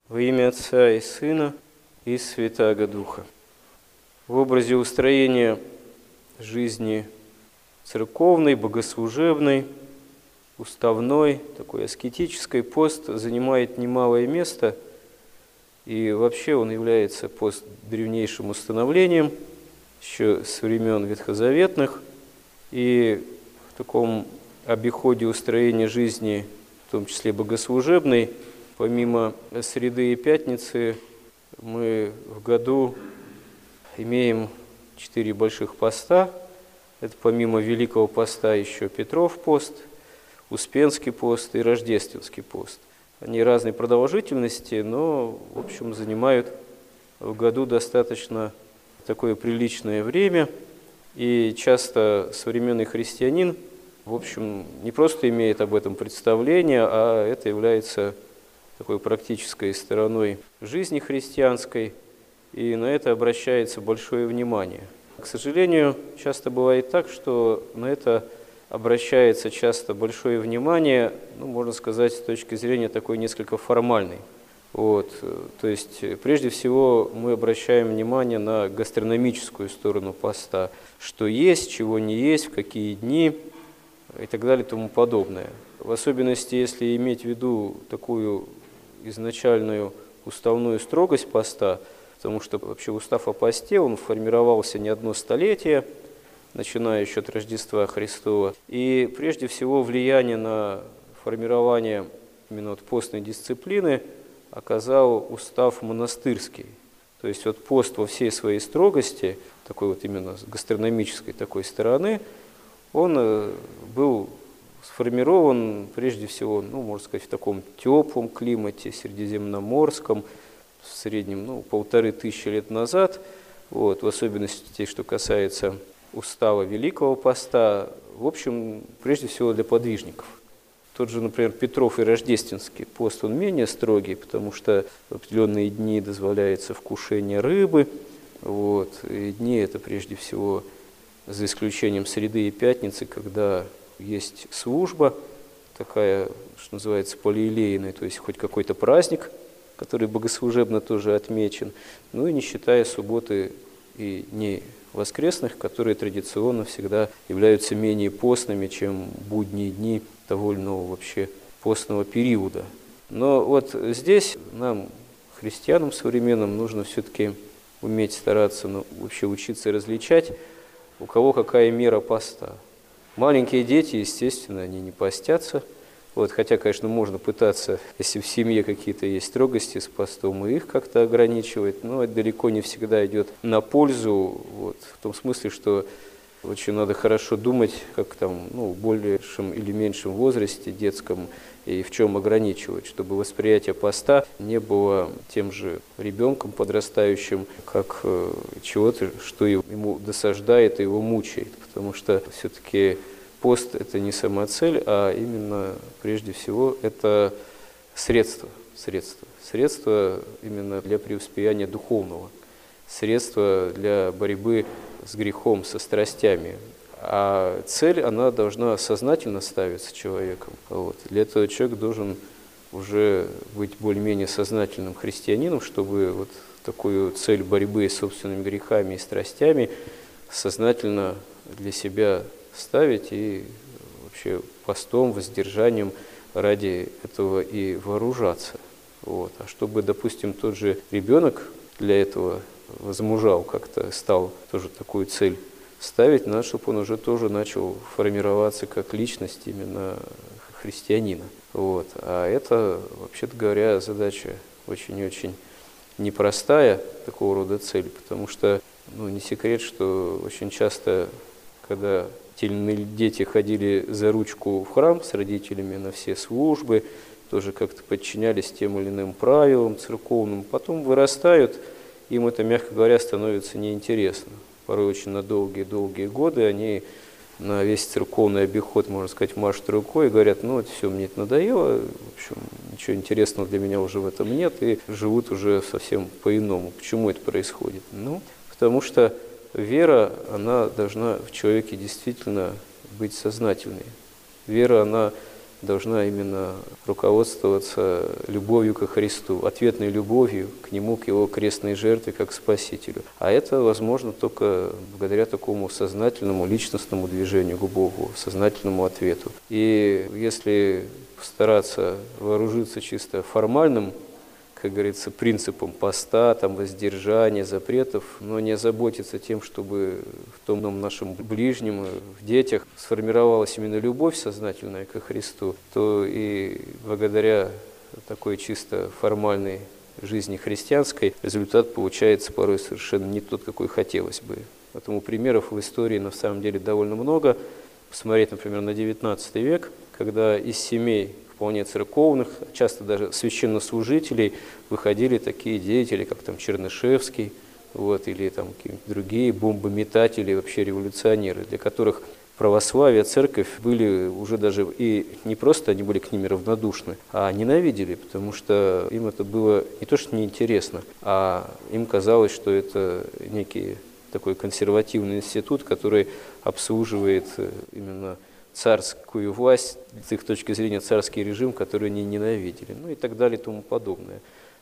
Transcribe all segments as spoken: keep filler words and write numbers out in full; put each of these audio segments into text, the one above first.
Во имя Отца и Сына и Святаго Духа. В образе устроения жизни церковной, богослужебной, уставной, такой аскетической, пост занимает немалое место, и вообще он является пост древнейшим установлением еще со времен ветхозаветных, и в таком обиходе устроения жизни, в том числе богослужебной, помимо среды и пятницы, мы в году имеем четыре больших поста. Это помимо Великого поста еще Петров пост, Успенский пост и Рождественский пост. Они разной продолжительности, но, в общем, занимают в году достаточно такое приличное время. И часто современный христианин, в общем, не просто имеет об этом представление, а это является такой практической стороной жизни христианской, и на это обращается большое внимание. К сожалению, часто бывает так, что на это обращается часто большое внимание, ну, можно сказать, с точки зрения такой несколько формальной. Вот. То есть, прежде всего, мы обращаем внимание на гастрономическую сторону поста, что есть, чего не есть, в какие дни и так далее и тому подобное. В особенности, если иметь в виду такую изначальную уставную строгость поста, потому что вообще устав о посте, он формировался не одно столетие, начиная еще от Рождества Христова. И прежде всего влияние на формирование именно вот постной дисциплины оказал устав монастырский. То есть вот пост во всей своей строгости, такой вот именно с гастрономической такой стороны, он был сформирован прежде всего, ну, можно сказать, в таком теплом климате, средиземноморском, в среднем, ну, полторы тысячи лет назад, вот, в особенности, что касается устава Великого поста, в общем, прежде всего для подвижников. Тот же, например, Петров и Рождественский пост, он менее строгий, потому что в определенные дни дозволяется вкушение рыбы, вот, и дни это прежде всего, за исключением среды и пятницы, когда есть служба, такая, что называется, полиелейная, то есть хоть какой-то праздник, который богослужебно тоже отмечен, ну и не считая субботы и дней воскресных, которые традиционно всегда являются менее постными, чем будние дни того или иного вообще постного периода. Но вот здесь нам, христианам современным, нужно все-таки уметь стараться, ну, вообще учиться различать, у кого какая мера поста. Маленькие дети, естественно, они не постятся. Вот, хотя, конечно, можно пытаться, если в семье какие-то есть строгости с постом, и их как-то ограничивать, но это далеко не всегда идет на пользу, вот, в том смысле, что очень надо хорошо думать, как там, ну, в большем или меньшем возрасте детском, и в чем ограничивать, чтобы восприятие поста не было тем же ребенком подрастающим, как э, чего-то, что ему досаждает и его мучает, потому что все-таки пост – это не самоцель, а именно, прежде всего, это средство, средство, средство именно для преуспеяния духовного, средство для борьбы с грехом, со страстями. А цель, она должна сознательно ставиться человеком. Вот. Для этого человек должен уже быть более-менее сознательным христианином, чтобы вот такую цель борьбы с собственными грехами и страстями сознательно для себя ставить и вообще постом, воздержанием ради этого и вооружаться. Вот. А чтобы, допустим, тот же ребенок для этого возмужал, как-то стал тоже такую цель ставить, надо, чтобы он уже тоже начал формироваться как личность именно христианина. Вот. А это, вообще-то говоря, задача очень-очень непростая, такого рода цель, потому что, ну, не секрет, что очень часто, когда те или иные дети ходили за ручку в храм с родителями на все службы, тоже как-то подчинялись тем или иным правилам церковным, потом вырастают, им это, мягко говоря, становится неинтересно. Порой очень на долгие-долгие годы они на весь церковный обиход, можно сказать, машут рукой и говорят, ну, это все, мне это надоело, в общем, ничего интересного для меня уже в этом нет, и живут уже совсем по-иному. Почему это происходит? Ну, потому что вера, она должна в человеке действительно быть сознательной. Вера, она должна именно руководствоваться любовью ко Христу, ответной любовью к Нему, к Его крестной жертве, как к Спасителю. А это возможно только благодаря такому сознательному, личностному движению к Богу, сознательному ответу. И если постараться вооружиться чисто формальным, как говорится, принципом поста, там, воздержания, запретов, но не озаботиться тем, чтобы в том нашем ближнем, в детях сформировалась именно любовь сознательная ко Христу, то и благодаря такой чисто формальной жизни христианской результат получается порой совершенно не тот, какой хотелось бы. Поэтому примеров в истории на самом деле довольно много. Посмотреть, например, на девятнадцатый век, когда из семей вполне церковных, часто даже священнослужителей, выходили такие деятели, как там Чернышевский, вот, или там какие-нибудь другие бомбометатели, вообще революционеры, для которых православие, церковь были уже даже, и не просто они были к ним равнодушны, а ненавидели, потому что им это было не то что неинтересно, а им казалось, что это некий такой консервативный институт, который обслуживает именно царскую власть, с их точки зрения царский режим, который они ненавидели, ну и так далее и тому подобное.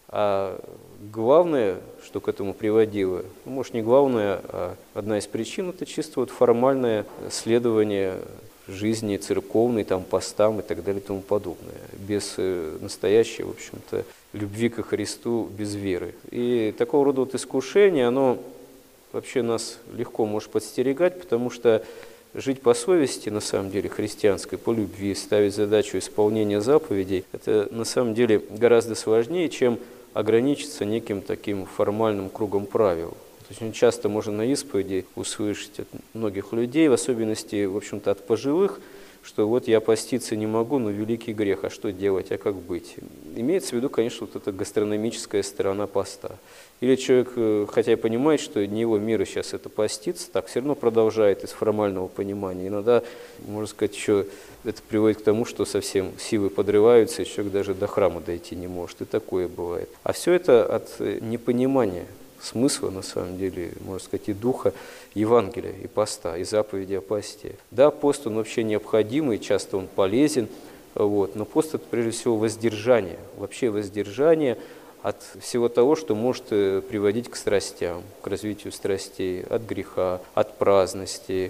А главное, что к этому приводило, ну, может не главное, а одна из причин, это чисто вот формальное следование жизни церковной, там, постам и так далее и тому подобное, без настоящей, в общем-то, любви ко Христу, без веры. И такого рода вот искушение, оно вообще нас легко может подстерегать, потому что жить по совести, на самом деле, христианской, по любви, ставить задачу исполнения заповедей, это на самом деле гораздо сложнее, чем ограничиться неким таким формальным кругом правил. То есть очень часто можно на исповеди услышать от многих людей, в особенности, в общем-то, от пожилых, что вот я поститься не могу, но великий грех, а что делать, а как быть? Имеется в виду, конечно, вот эта гастрономическая сторона поста. Или человек, хотя и понимает, что не его мира сейчас это поститься, так все равно продолжает из формального понимания. Иногда, можно сказать, еще это приводит к тому, что совсем силы подрываются, и человек даже до храма дойти не может, и такое бывает. А все это от непонимания смысла, на самом деле, можно сказать, и духа Евангелия, и поста, и заповеди о посте. Да, пост, он вообще необходимый, часто он полезен, вот, но пост – это прежде всего воздержание, вообще воздержание от всего того, что может приводить к страстям, к развитию страстей, от греха, от праздности,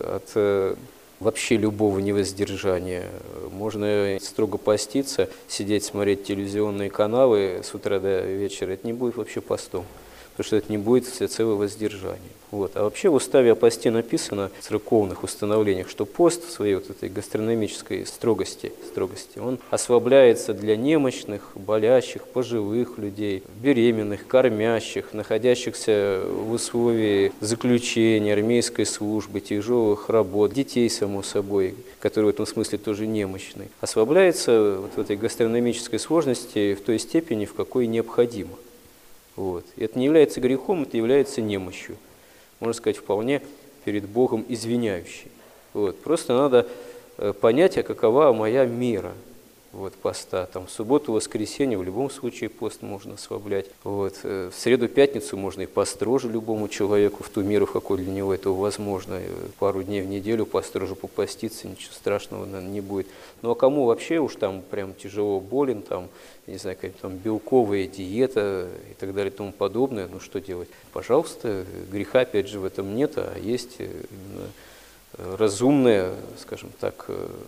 от вообще любого невоздержания. Можно строго поститься, сидеть, смотреть телевизионные каналы с утра до вечера, это не будет вообще постом. Потому что это не будет всецело воздержание. Вот. А вообще в уставе о посте написано, в церковных установлениях, что пост в своей вот этой гастрономической строгости, строгости, он ослабляется для немощных, болящих, пожилых людей, беременных, кормящих, находящихся в условии заключения, армейской службы, тяжелых работ, детей, само собой, которые в этом смысле тоже немощны. Ослабляется вот в этой гастрономической сложности в той степени, в какой необходимо. Вот. Это не является грехом, это является немощью. Можно сказать, вполне перед Богом извиняющей. Вот. Просто надо понять, а какова моя мера вот, поста. Там, в субботу, воскресенье в любом случае пост можно ослаблять. Вот. В среду, пятницу можно и построже любому человеку в ту меру, в какой для него это возможно. Пару дней в неделю построже попоститься, ничего страшного, наверное, не будет. Ну а кому вообще уж там прям тяжело болен, там, не знаю, какая-то там белковая диета и так далее и тому подобное, ну что делать? Пожалуйста, греха опять же в этом нет, а есть именно разумное, скажем так,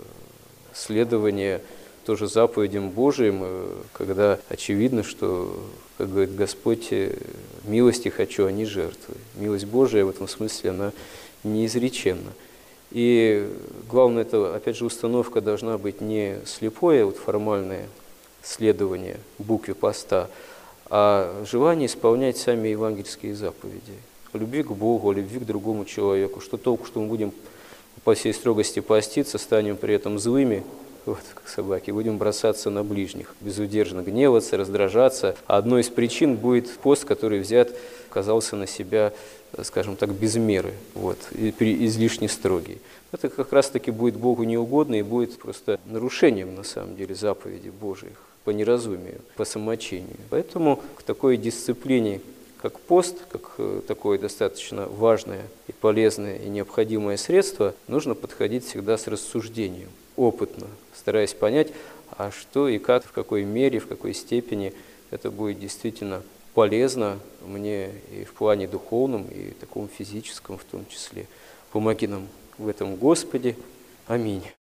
следование тоже заповедям Божиим, когда очевидно, что, как говорит Господь, милости хочу, а не жертвы. Милость Божия в этом смысле, она неизреченна. И главное, это, опять же, установка должна быть не слепое, вот формальное следование букве поста, а желание исполнять сами евангельские заповеди. О любви к Богу, о любви к другому человеку. Что толку, что мы будем по всей строгости поститься, станем при этом злыми, вот, как собаки, будем бросаться на ближних, безудержно гневаться, раздражаться. А одной из причин будет пост, который взят, оказался на себя, скажем так, без меры, вот, и излишне строгий. Это как раз-таки будет Богу неугодно и будет просто нарушением, на самом деле, заповедей Божьих, по неразумию, по самочинию. Поэтому к такой дисциплине, как пост, как такое достаточно важное и полезное и необходимое средство, нужно подходить всегда с рассуждением, опытно, стараясь понять, а что и как, в какой мере, в какой степени это будет действительно полезно мне и в плане духовном, и таком физическом в том числе. Помоги нам в этом, Господи. Аминь.